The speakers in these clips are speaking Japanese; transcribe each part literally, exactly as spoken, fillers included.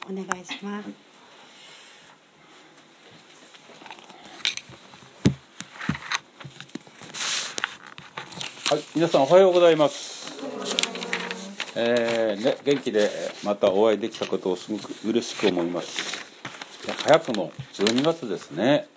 お願いします。 はい、皆さんおはようございます。えーね、元気でまたお会いできたことをすごく嬉しく思います。早くもじゅうにがつですね。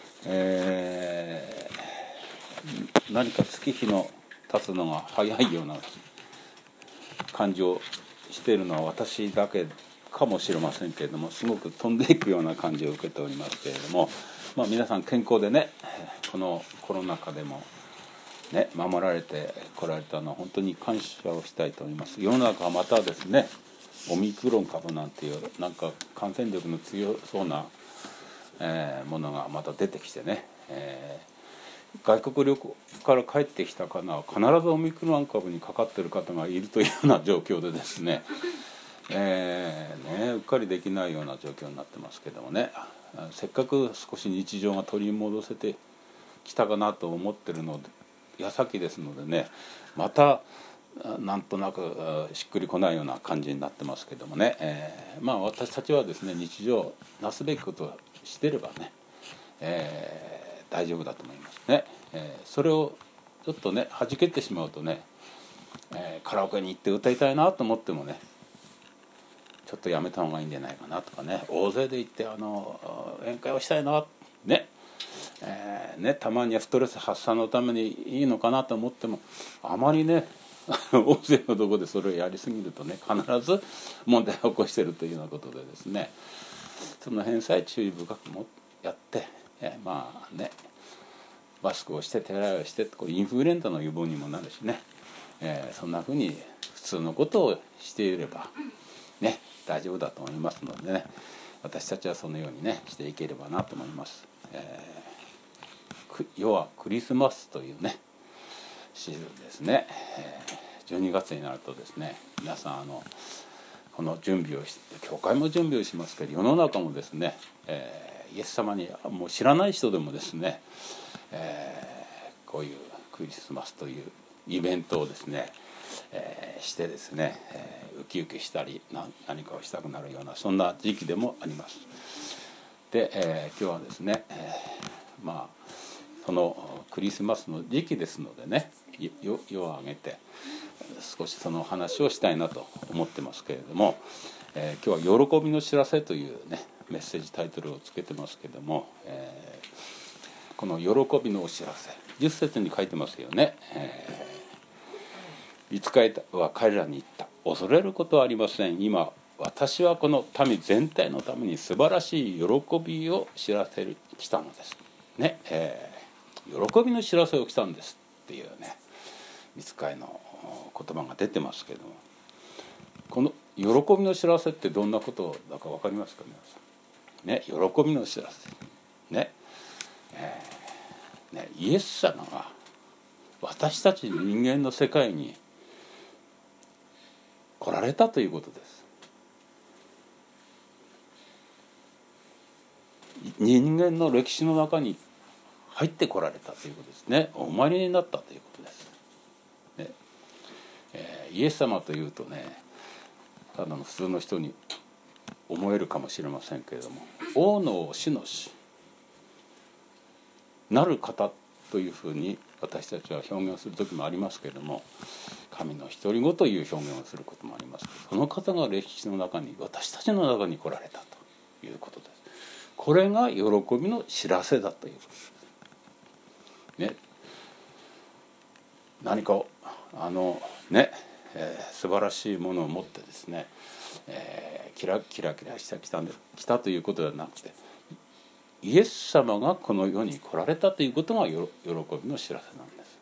えー、何か月日の経つのが早いような感じをしているのは私だけかもしれませんけれども、すごく飛んでいくような感じを受けておりますけれども、まあ、皆さん健康でね、このコロナ禍でもね、守られてこられたのは本当に感謝をしたいと思います。世の中はまたですね、オミクロン株なんていうなんか感染力の強そうな、えー、ものがまた出てきてね、えー、外国旅行から帰ってきた方は必ずオミクロン株にかかっている方がいるというような状況でですね、えー、ねうっかりできないような状況になってますけどもね、せっかく少し日常が取り戻せてきたかなと思ってるので矢先ですのでね、またなんとなくしっくりこないような感じになってますけどもね、えー、まあ私たちはですね、日常なすべきことをしてればね、えー、大丈夫だと思いますね、えー、それをちょっとね弾けてしまうとね、えー、カラオケに行って歌いたいなと思ってもね、ちょっとやめた方がいいんじゃないかなとかね、大勢で行ってあの宴会をしたいなね、えーね、たまにはストレス発散のためにいいのかなと思っても、あまりね大勢のところでそれをやりすぎるとね、必ず問題を起こしているというようなことでですね、その辺さえ注意深くもやって、えー、まあねマスクをして手洗いをしてこれインフルエンザの予防にもなるしね、えー、そんなふうに普通のことをしていればね大丈夫だと思いますのでね、私たちはそのようにねしていければなと思います。えー要はクリスマスというねシーズンですね、えー、じゅうにがつになるとですね、皆さんあのこの準備をし教会も準備をしますけど、世の中もですね、えー、イエス様にもう知らない人でもですね、えー、こういうクリスマスというイベントをですね、えー、してですね、えー、ウキウキしたり何かをしたくなるようなそんな時期でもあります。で、えー、今日はですね、えー、まあそのクリスマスの時期ですのでね、夜をあげて少しその話をしたいなと思ってますけれども、えー、今日は喜びの知らせというねメッセージタイトルをつけてますけれども、えー、この喜びのお知らせじゅっ節に書いてますよね、えー、いつかは彼らに言った。恐れることはありません。今私はこの民全体のために素晴らしい喜びを知らせる来たのですね、えー喜びの知らせを来たんですっていうね御使いの言葉が出てますけども、この喜びの知らせってどんなことだか分かりますか皆さんね。喜びの知らせね、えー、ねイエス様が私たち人間の世界に来られたということです。人間の歴史の中に入ってこられたということですね。お生まれになったということです、ねえー、イエス様というとね、ただの普通の人に思えるかもしれませんけれども、王の王主の主なる方というふうに私たちは表現する時もありますけれども、神の独り子という表現をすることもありますけど、その方が歴史の中に私たちの中に来られたということです。これが喜びの知らせだということですね、何かあのね、えー、素晴らしいものを持ってですね、えー、キラキラキラしてきたんで来たということではなくて、イエス様がこの世に来られたということが喜びの知らせなんです。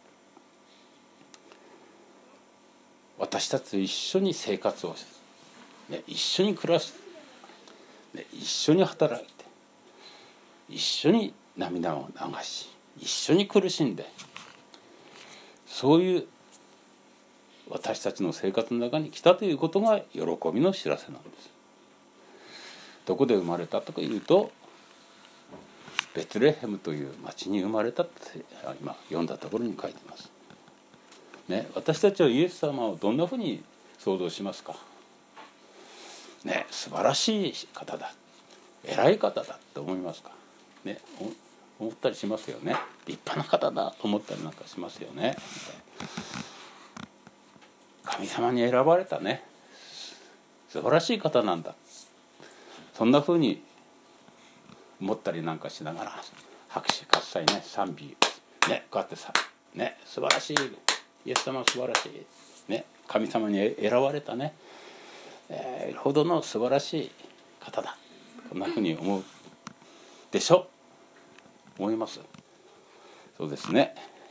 私たちと一緒に生活をして、ね、一緒に暮らして、ね、一緒に働いて、一緒に涙を流し、一緒に苦しんで、そういう私たちの生活の中に来たということが喜びの知らせなんです。どこで生まれたとかいうと、ベツレヘムという町に生まれたって今読んだところに書いてます、ね、私たちはイエス様をどんなふうに想像しますか。 ね、素晴らしい方だ、偉い方だって思いますかね、思ったりしますよね。立派な方だと思ったりなんかしますよね。神様に選ばれたね、素晴らしい方なんだ、そんな風に思ったりなんかしながら、拍手喝采ね、賛美ね、こうやってさね、素晴らしい、イエス様は素晴らしいね、神様に選ばれたね、えー、ほどの素晴らしい方だ、こんな風に思うでしょ、思います。そうですね。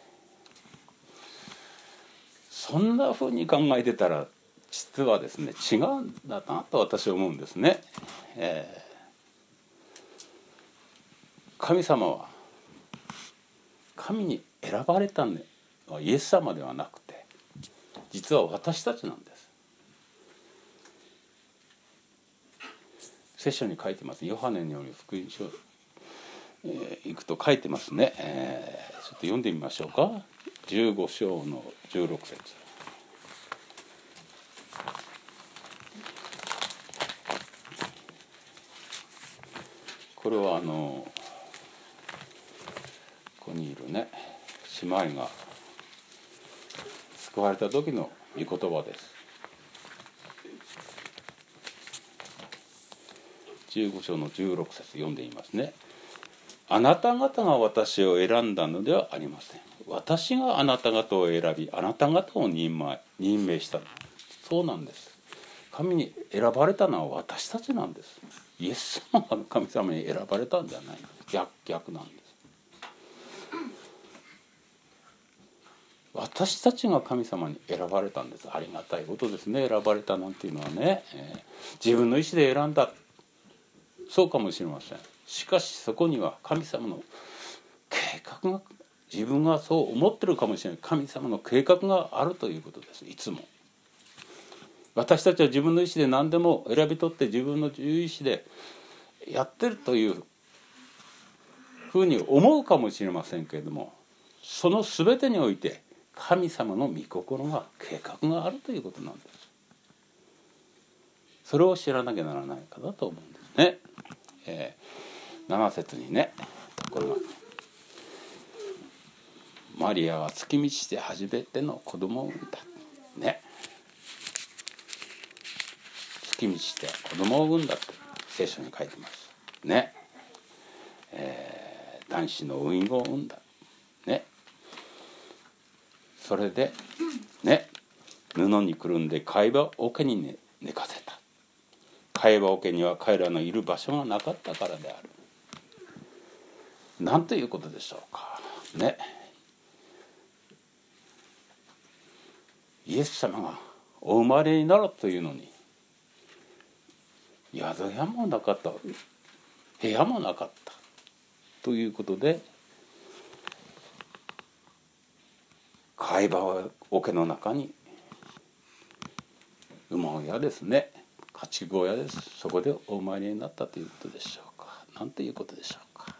そんな風に考えてたら実はですね、違うんだなと私は思うんですね。えー、神様は神に選ばれたのはイエス様ではなくて、実は私たちなんです。聖書に書いてます。ヨハネによる福音書、えー、行くと書いてますね。えー、ちょっと読んでみましょうか。じゅうご章のじゅうろく節。これはあのここにいるね姉妹が救われた時の御言葉です。じゅうご章のじゅうろく節読んでいますね。あなた方が私を選んだのではありません。私があなた方を選び、あなた方を任命、任命した。そうなんです。神に選ばれたのは私たちなんです。イエス様が神様に選ばれたんじゃない。逆、逆なんです。私たちが神様に選ばれたんです。ありがたいことですね。選ばれたなんていうのはね、えー、自分の意思で選んだ、そうかもしれません。しかしそこには神様の計画が、自分がそう思ってるかもしれない神様の計画があるということです。いつも私たちは自分の意思で何でも選び取って自分の自由意志でやってるというふうに思うかもしれませんけれども、その全てにおいて神様の御心が計画があるということなんです。それを知らなきゃならないかなと思うんですね。えー、なな節にね、これはマリアは月道して初めての子供を産んだね、月道して子供を産んだと聖書に書いてますね。えー、男子の産子を産んだね。それでね、布にくるんで貝羽桶に、ね、寝かせた。貝羽桶には彼らのいる場所がなかったからである。なんということでしょうかね。イエス様がお生まれになるというのに宿屋もなかった、部屋もなかったということで、貝羽桶の中に馬小屋ですね、家畜小屋です。そこでお生まれになったということでしょうか。なんということでしょうか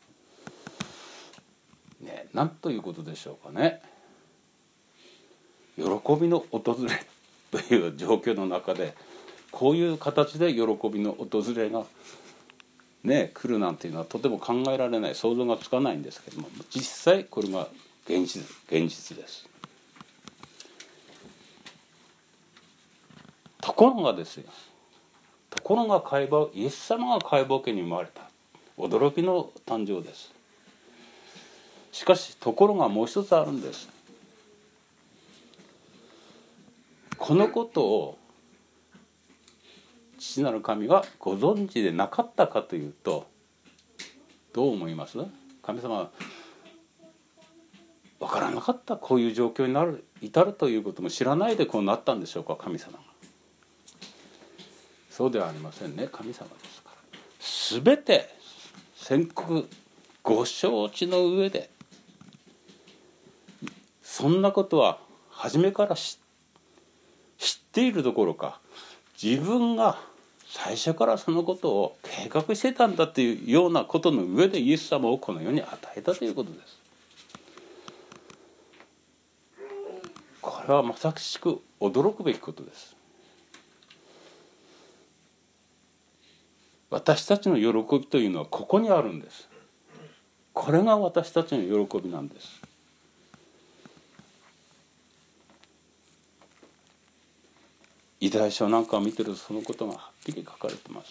ね。なんということでしょうかね。喜びの訪れという状況の中でこういう形で喜びの訪れがね来るなんていうのはとても考えられない、想像がつかないんですけども、実際これが現実、現実です。ところがですよ、ところが貝羽、イエス様が貝羽桶に生まれた、驚きの誕生です。しかしところがもう一つあるんです。このことを父なる神はご存知でなかったかというと、どう思います？神様は分からなかった、こういう状況になる至るということも知らないでこうなったんでしょうか、神様が。そうではありませんね。神様ですから、全て宣告ご承知の上で、そんなことは初めから知っているどころか、自分が最初からそのことを計画してたんだというようなことの上でイエス様をこの世に与えたということです。これはまさしく驚くべきことです。 私たちの喜びというのはここにあるんです。これが私たちの喜びなんです。イザヤ書なんかを見てるとそのことがはっきり書かれてます。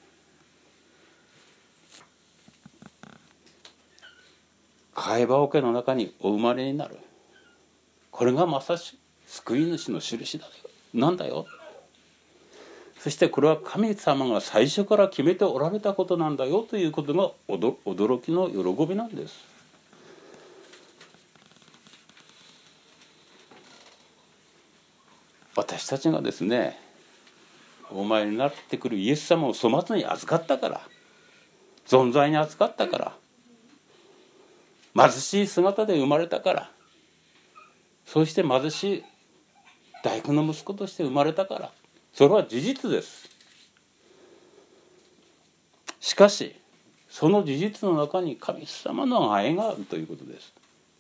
貝羽桶の中にお生まれになる、これがまさし救い主の印だよ、なんだよ。そしてこれは神様が最初から決めておられたことなんだよということが驚きの喜びなんです。私たちがですね、お前になってくるイエス様を粗末に扱ったから、存在に扱ったから、貧しい姿で生まれたから、そして貧しい大工の息子として生まれたから、それは事実です。しかしその事実の中に神様の愛があるということです。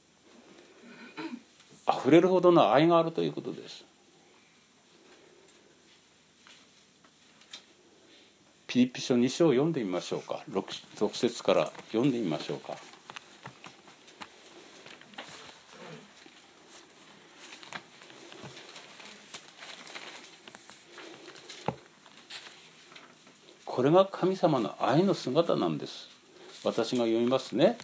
あふれるほどの愛があるということです。ピリピ書に章を読んでみましょうか。 6, 6節から読んでみましょうか。これが神様の愛の姿なんです。私が読みますね。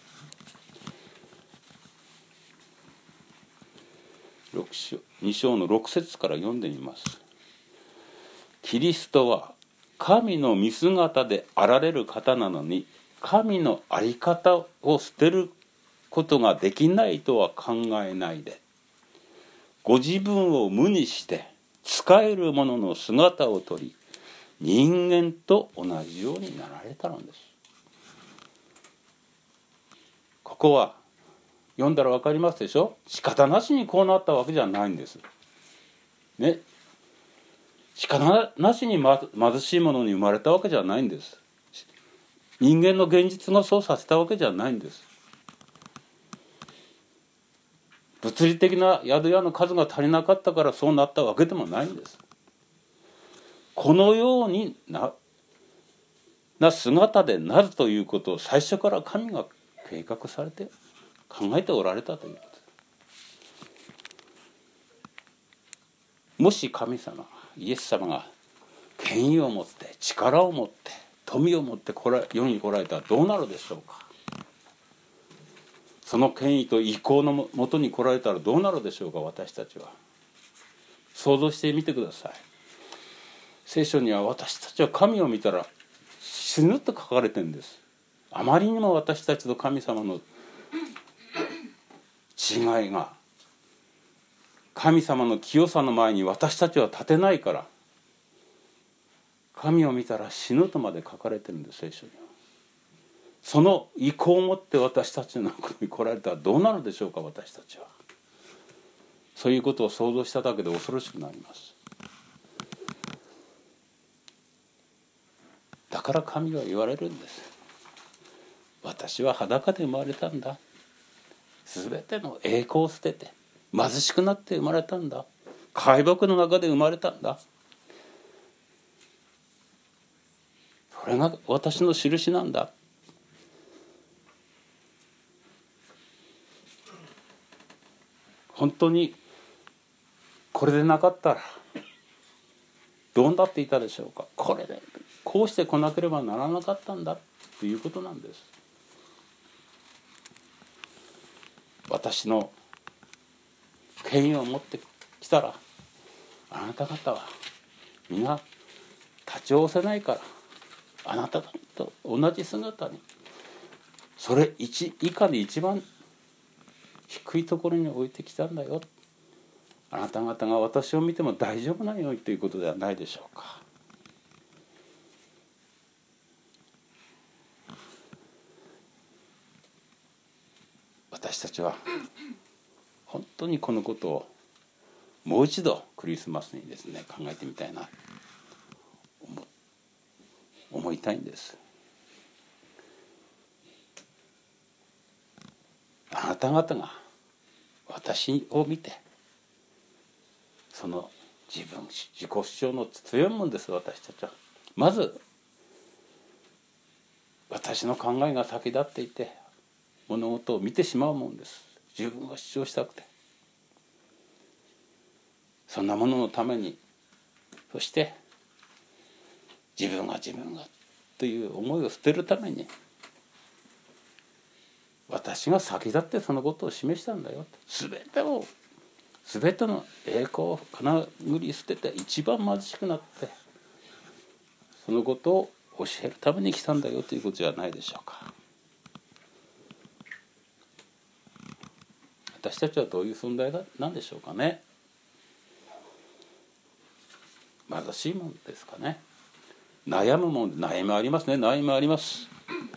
ろく章に章のろく節から読んでみます。キリストは神の見姿であられる方なのに、神の在り方を捨てることができないとは考えないで、ご自分を無にして仕える者の姿をとり、人間と同じようになられたのです。ここは読んだら分かりますでしょ。仕方なしにこうなったわけじゃないんですね。仕方なしに貧しい者に生まれたわけじゃないんです。人間の現実がそうさせたわけじゃないんです。物理的な宿屋の数が足りなかったからそうなったわけでもないんです。このように な, な姿でなるということを最初から神が計画されて考えておられたということです。もし神様イエス様が権威を持って力を持って富を持ってこら世に来られたらどうなるでしょうか。その権威と意向のもとに来られたらどうなるでしょうか。私たちは想像してみてください。聖書には私たちは神を見たら死ぬと書かれてるんです。あまりにも私たちと神様の違いが、神様の清さの前に私たちは立てないから、神を見たら死ぬとまで書かれてるんです。聖書にはその意向を持って私たちの中に来られたらどうなるでしょうか。私たちはそういうことを想像しただけで恐ろしくなります。だから神は言われるんです。私は裸で生まれたんだ。すべての栄光を捨てて貧しくなって生まれたんだ。敗北の中で生まれたんだ。それが私の印なんだ。本当にこれでなかったらどうなっていたでしょうか。これでこうして来なければならなかったんだということなんです。私の権威を持ってきたらあなた方は皆立ち寄せないから、あなた方と同じ姿にそれ以下で一番低いところに置いてきたんだよ。あなた方が私を見ても大丈夫なようにということではないでしょうか。私たちは本当にこのことをもう一度クリスマスにですね考えてみたいな思思いたいんです。あなた方が私を見てその自分自己主張の強いもんです。私たちはまず私の考えが先立っていて物事を見てしまうもんです。自分が主張したくて、そんなもののために、そして自分が自分がという思いを捨てるために、私が先立ってそのことを示したんだよ。全てを全ての栄光をかなぐり捨てて一番貧しくなってそのことを教えるために来たんだよということじゃないでしょうか。私たちはどういう存在なんでしょうかね。貧しいもんですかね。悩むもん、悩みありますね。悩みあります。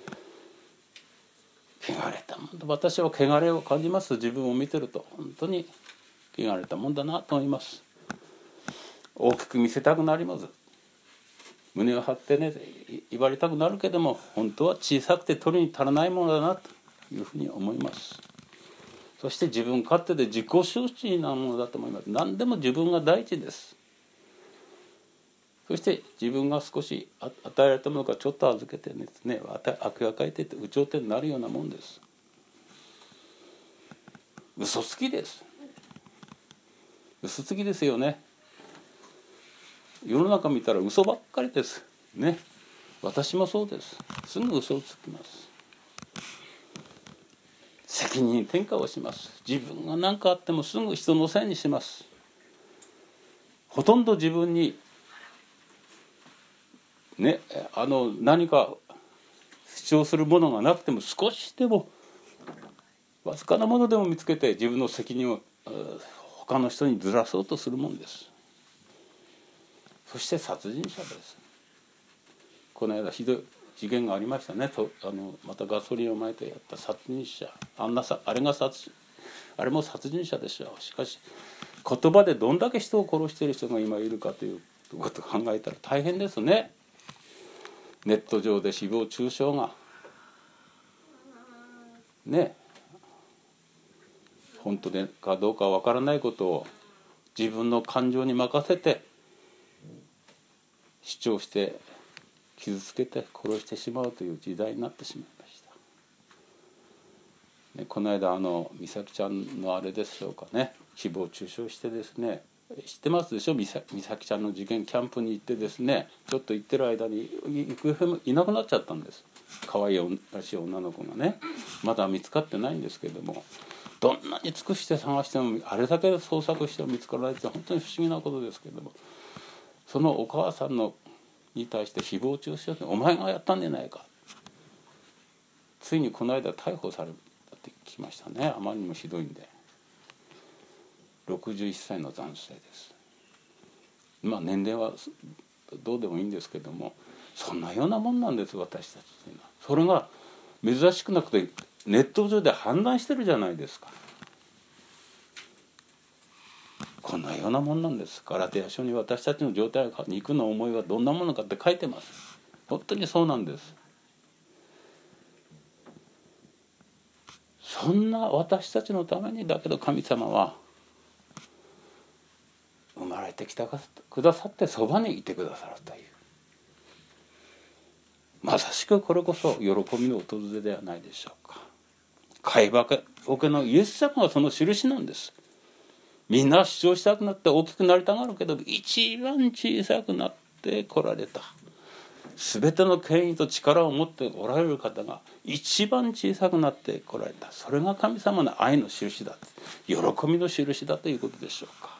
汚れたもんだ。私は汚れを感じます。自分を見てると本当に汚れたもんだなと思います。大きく見せたくなります。胸を張ってね言われたくなるけども、本当は小さくて取りに足らないものだなというふうに思います。そして自分勝手で自己周知なものだと思います。何でも自分が第一です。そして自分が少し与えられたものからちょっと預けてですね、悪がかいていって有頂天になるようなもんです。嘘つきです。嘘つきですよね。世の中見たら嘘ばっかりですね。私もそうです。すぐ嘘をつきます。責任転嫁をします。自分が何かあってもすぐ人のせいにします。ほとんど自分にね、あの何か主張するものがなくても少しでもわずかなものでも見つけて自分の責任を他の人にずらそうとするもんです。そして殺人者です。この間ひどい事件がありましたね。とあのまたガソリンをまいてやった殺人者、あんなさあれが殺あれも殺人者でしょう。しかし言葉でどんだけ人を殺している人が今いるかということを考えたら大変ですね。ネット上で誹謗中傷がね、本当でかどうかわからないことを自分の感情に任せて主張して傷つけて殺してしまうという時代になってしまいました、ね、この間あの美咲ちゃんのあれでしょうかね、誹謗中傷してですね、知ってますでしょ、美咲ちゃんの事件、キャンプに行ってですね、ちょっと行ってる間に行方もいなくなっちゃったんです。可愛いらしい女の子がね、まだ見つかってないんですけども、どんなに尽くして探してもあれだけ捜索しても見つからないって本当に不思議なことですけども、そのお母さんのに対して誹謗中傷でお前がやったんじゃないか、ついにこの間逮捕されたって聞きましたね。あまりにもひどいんで。ろくじゅういっさいの男性です。まあ年齢はどうでもいいんですけども、そんなようなもんなんです私たちというのは。それが珍しくなくてネット上で判断してるじゃないですか。こんなようなもんなんです。ガラテヤ書に私たちの状態、肉の思いはどんなものかって書いてます。本当にそうなんです。そんな私たちのためにだけど神様は生まれてきてくださってそばにいてくださるという、まさしくこれこそ喜びの訪れではないでしょうか。貝羽桶のイエス様がその印なんです。みんな主張したくなって大きくなりたがるけど、一番小さくなって来られた、全ての権威と力を持っておられる方が一番小さくなって来られた、それが神様の愛の印だ、喜びの印だということでしょうか。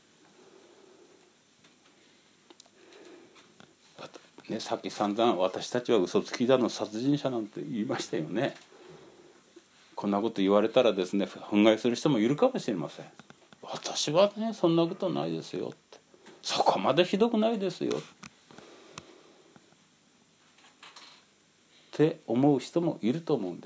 ね、さっき散々私たちは嘘つきだの殺人者なんて言いましたよね。こんなこと言われたらですね、憤慨する人もいるかもしれません。私はねそんなことないですよって、そこまでひどくないですよって思う人もいると思うんです。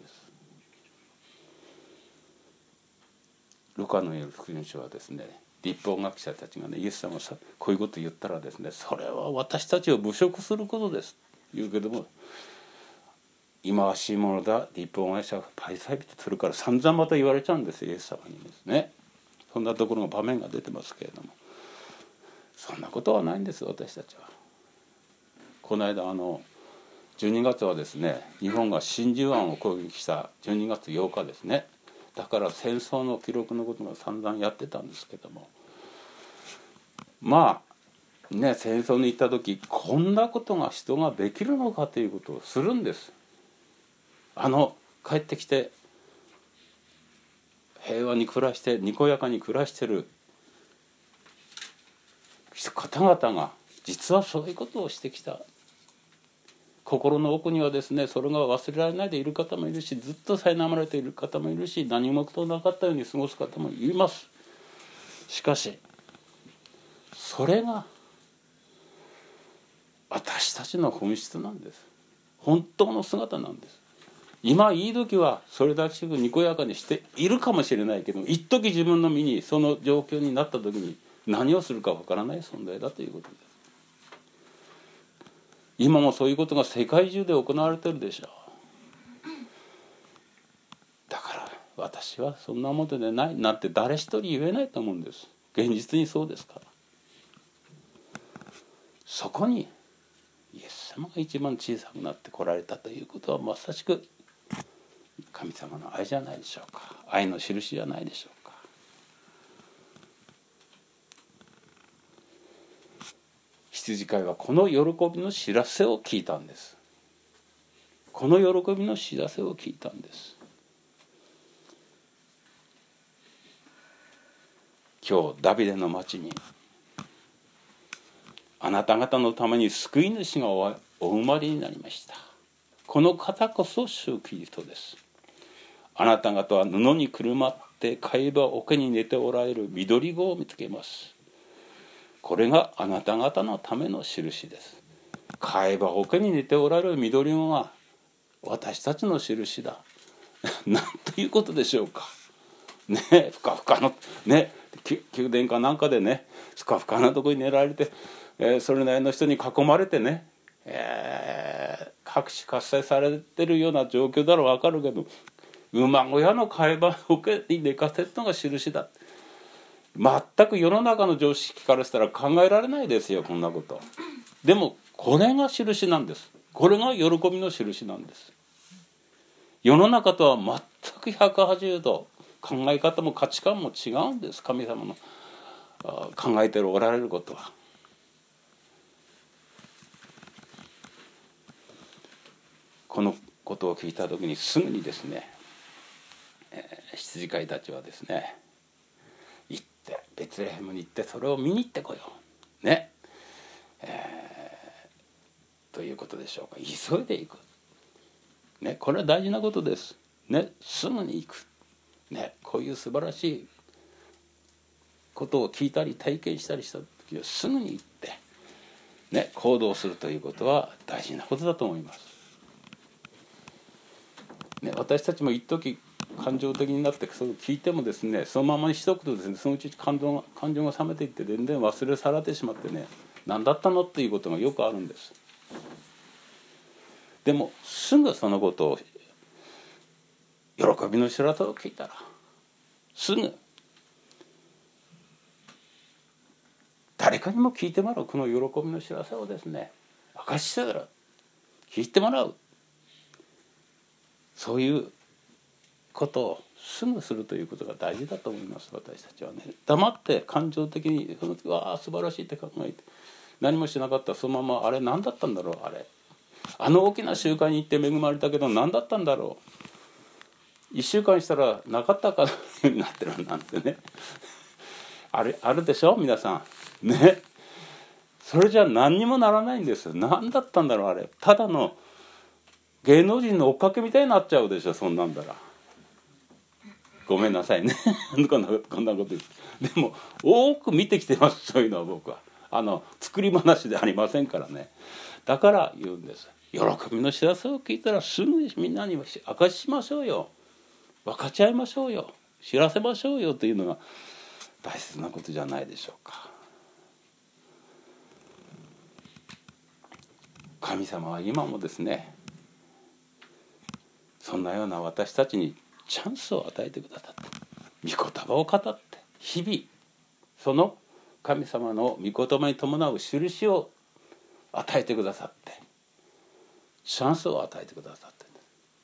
ルカの言う福音書はですね、立法学者たちがね、イエス様がこういうことを言ったらですね、それは私たちを侮辱することです言うけども、忌まわしいものだ、立法学者がパイサイビってするから散々また言われちゃうんですよ、イエス様にですね。そんなところの場面が出てますけれども、そんなことはないんです。私たちはこの間あのじゅうにがつはですね、日本が真珠湾を攻撃したじゅうにがつようかですね。だから戦争の記録のことが散々やってたんですけども、まあね、戦争に行った時こんなことが人ができるのかということをするんです。あの帰ってきて平和に暮らしてにこやかに暮らしてる方々が実はそういうことをしてきた。心の奥にはですね、それが忘れられないでいる方もいるし、ずっと苛まれている方もいるし、何事なかったように過ごす方もいます。しかしそれが私たちの本質なんです。本当の姿なんです。今いい時はそれだけにこやかにしているかもしれないけど、一時自分の身にその状況になった時に何をするかわからない存在だということです。今もそういうことが世界中で行われているでしょう。だから私はそんなものでないなんて誰一人言えないと思うんです。現実にそうですから。そこにイエス様が一番小さくなってこられたということは、まさしく神様の愛じゃないでしょうか。愛の印じゃないでしょうか。羊飼いはこの喜びの知らせを聞いたんです。この喜びの知らせを聞いたんです。今日ダビデの町にあなた方のために救い主がお生まれになりました。この方こそ主キリストです。あなた方は布にくるまって貝羽桶に寝ておられる緑子を見つけます。これがあなた方のための印です。貝羽桶に寝ておられる緑子が私たちの印だ。なんということでしょうか。ね、ふかふかのね、宮殿かなんかでね、ふかふかなところに寝られて、えー、それなりの人に囲まれてね、えー、拍手喝采されてるような状況だろう分かるけど、馬小屋の貝羽桶に寝かせるのが印だ。全く世の中の常識からしたら考えられないですよ、こんなこと。でもこれが印なんです。これが喜びの印なんです。世の中とは全くひゃくはちじゅうど考え方も価値観も違うんです。神様の考えておられることは。このことを聞いた時にすぐにですね、えー、羊飼いたちはですね、行ってベツレヘムに行ってそれを見に行ってこようね、えー、ということでしょうか。急いで行く、ね、これは大事なことです、ね、すぐに行く、ね、こういう素晴らしいことを聞いたり体験したりした時はすぐに行って、ね、行動するということは大事なことだと思います、ね、私たちも一時感情的になってそう聞いてもですね、そのままにしとくとですね、そのうち感情が感情が冷めていって全然忘れ去られてしまってね、何だったのっていうことがよくあるんです。でもすぐそのことを喜びの知らせを聞いたらすぐ誰かにも聞いてもらう、この喜びの知らせをですね明かしてもらう、聞いてもらう、そういうことをすぐするということが大事だと思います。私たちはね、黙って感情的にその時はあ素晴らしいって考えて何もしなかったらそのままあれ何だったんだろう、あれあの大きな集会に行って恵まれたけど何だったんだろう、いっしゅうかんしたらなかったかのようになってるなんてねあれあるでしょ皆さんね。それじゃ何にもならないんですよ。何だったんだろう、あれただの芸能人の追っかけみたいになっちゃうでしょ、そんなんだら。ごめんなさいねこんなこんなことです。でも多く見てきてます、そういうのは。僕はあの作り話でありませんからね。だから言うんです。喜びの知らせを聞いたらすぐみんなに明かしましょうよ、分かち合いましょうよ、知らせましょうよというのが大切なことじゃないでしょうか。神様は今もですね、そんなような私たちにチャンスを与えてくださって、御言葉を語って日々その神様の御言葉に伴う印を与えてくださって、 チャンスを与えてくださって、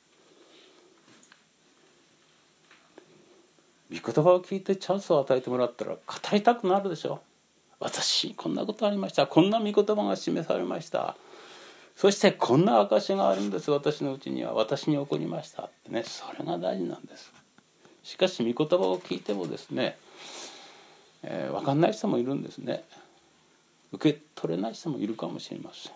御言葉を聞いてチャンスを与えてもらったら語りたくなるでしょ。私こんなことありました、こんな御言葉が示されました、そしてこんな証があるんです、私のうちには、私に起こりましたってね、それが大事なんです。しかし御言葉を聞いてもですね、えー、分かんない人もいるんですね。受け取れない人もいるかもしれません。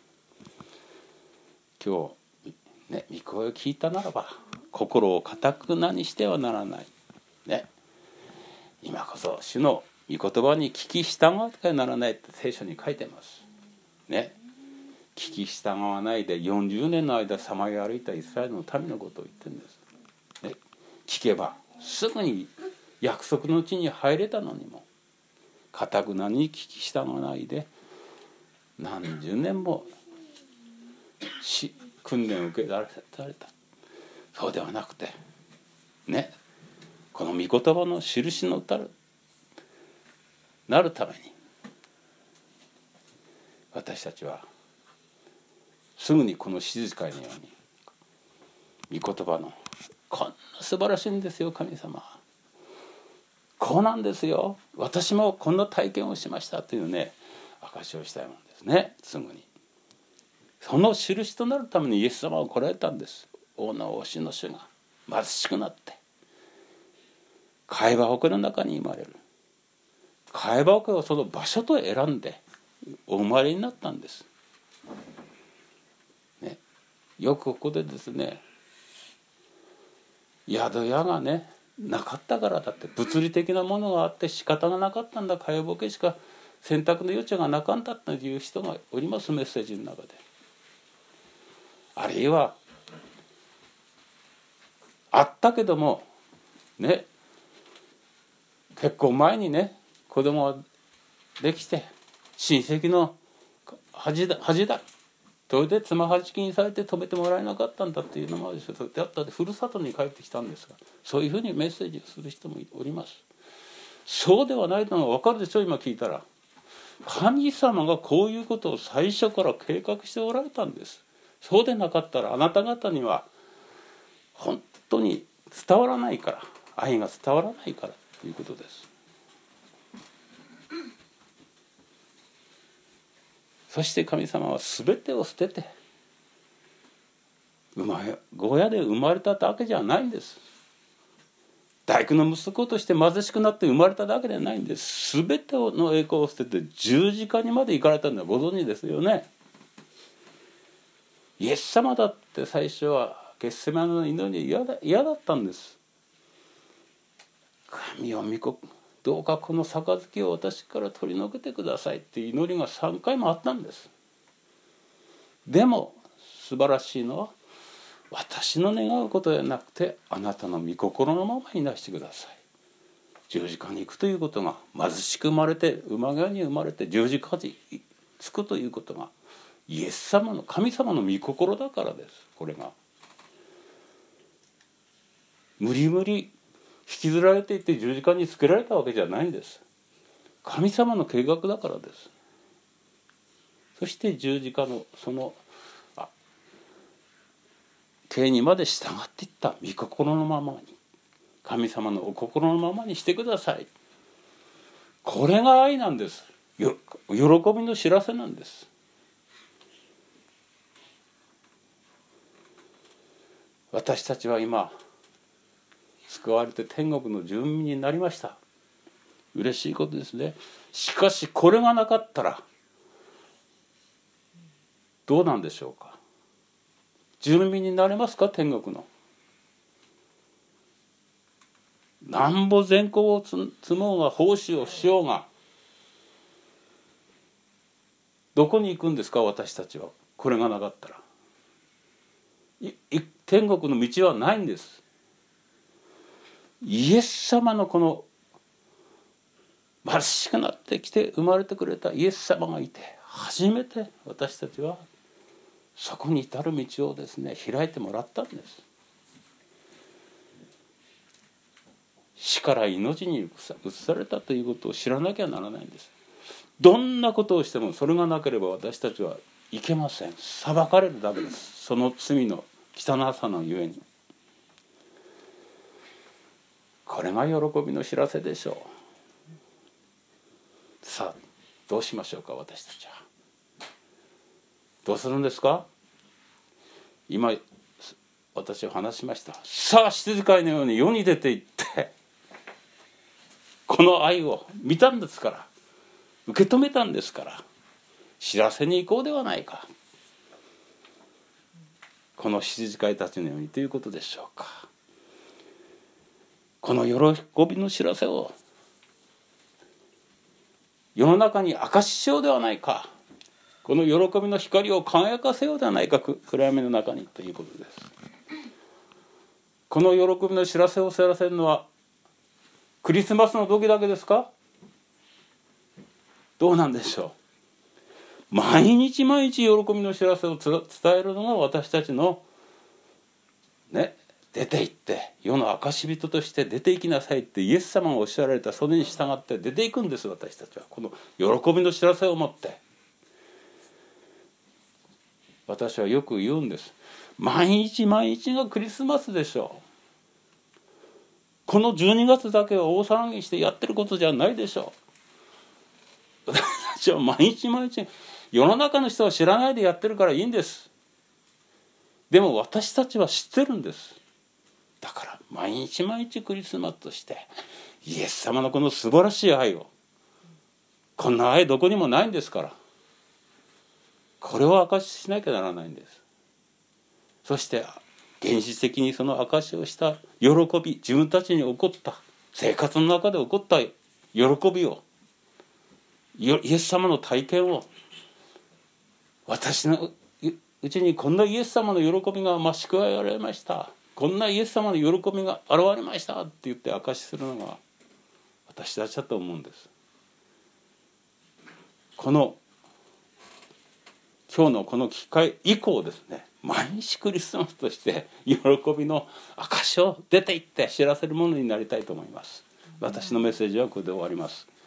今日ね、御声を聞いたならば心を堅くなにしてはならない、ね、今こそ主の御言葉に聞き従わなきゃならないって聖書に書いてますね。聞き従わないでよんじゅうねんの間さまよい歩いたイスラエルの民のことを言ってるんです、ね、聞けばすぐに約束の地に入れたのにも堅くなに聞き従わないで何十年も訓練を受けられた。そうではなくてね、この御言葉の印のたるなるために私たちはすぐにこの静かのように御言葉のこんな素晴らしいんですよ、神様こうなんですよ、私もこんな体験をしましたというね証しをしたいものですね。すぐにその印となるためにイエス様は来られたんです。王の王子の主が貧しくなって貝羽桶の中に生まれる、貝羽桶をその場所と選んでお生まれになったんです、ね、よくここでですね、宿屋がねなかったからだって、物理的なものがあって仕方がなかったんだ、貝羽桶しか選択の余地がなかったという人がおります、メッセージの中で。あるいはあったけどもね、結構前にね子供ができて親戚の恥だ恥だそれでつまはじきにされて止めてもらえなかったんだっていうのもあるし、だったでふるさとに帰ってきたんですが、そういうふうにメッセージをする人もおります。そうではないのが分かるでしょ。今聞いたら神様がこういうことを最初から計画しておられたんです。そうでなかったらあなた方には本当に伝わらないから、愛が伝わらないからということです。そして神様は全てを捨ててゴヤで生まれただけじゃないんです。大工の息子として貧しくなって生まれただけではないんです。全ての栄光を捨てて十字架にまで行かれたのはご存知ですよね。イエス様だって最初はゲッセマネの祈り嫌だ、嫌だったんです。神を御子、どうかこの杯を私から取り除けてくださいって祈りがさんかいもあったんです。でも素晴らしいのは私の願うことではなくてあなたの御心のままになしてください。十字架に行くということが、貧しく生まれて馬側に生まれて十字架につくということがイエス様の神様の御心だからです。これが無理無理引きずられていって十字架につけられたわけじゃないんです。神様の計画だからです。そして十字架のその刑にまで従っていった。御心のままに、神様のお心のままにしてください。これが愛なんです。よ喜びの知らせなんです。私たちは今救われて天国の住民になりました。嬉しいことですね。しかしこれがなかったらどうなんでしょうか。住民になれますか。天国のなんぼ善行を積もうが奉仕をしようがどこに行くんですか。私たちはこれがなかったら天国の道はないんです。イエス様のこの貧しくなってきて生まれてくれたイエス様がいて初めて私たちはそこに至る道をですね開いてもらったんです。死から命に移されたということを知らなきゃならないんです。どんなことをしてもそれがなければ私たちはいけません。裁かれるだけです。その罪の汚さのゆえに。これが喜びの知らせでしょう。さあどうしましょうか。私たちはどうするんですか。今私は話しました。さあ羊飼いのように世に出て行ってこの愛を見たんですから、受け止めたんですから、知らせに行こうではないか。この羊飼いたちのようにということでしょうか。この喜びの知らせを世の中に明かししようではないか。この喜びの光を輝かせようではないか、暗闇の中にということです。この喜びの知らせを知らせるのはクリスマスの時だけですか。どうなんでしょう。毎日毎日喜びの知らせを伝えるのが私たちのね、出て行って世の証人として出て行きなさいってイエス様がおっしゃられた、それに従って出ていくんです。私たちはこの喜びの知らせを持って。私はよく言うんです。毎日毎日がクリスマスでしょう。このじゅうにがつだけは大騒ぎしてやってることじゃないでしょう。私たちは毎日毎日、世の中の人は知らないでやってるからいいんです。でも私たちは知ってるんです。だから毎日毎日クリスマスとしてイエス様のこの素晴らしい愛を、こんな愛どこにもないんですから、これを証ししなきゃならないんです。そして現実的にその証しをした喜び、自分たちに起こった生活の中で起こった喜びを、イエス様の体験を、私のうちにこんなイエス様の喜びが増し加えられました、こんなイエス様の喜びが現れましたって言って証しするのが私たちだと思うんです。この今日のこの機会以降ですね、毎日クリスマスとして喜びの証を出ていって知らせるものになりたいと思います。私のメッセージはこれで終わります。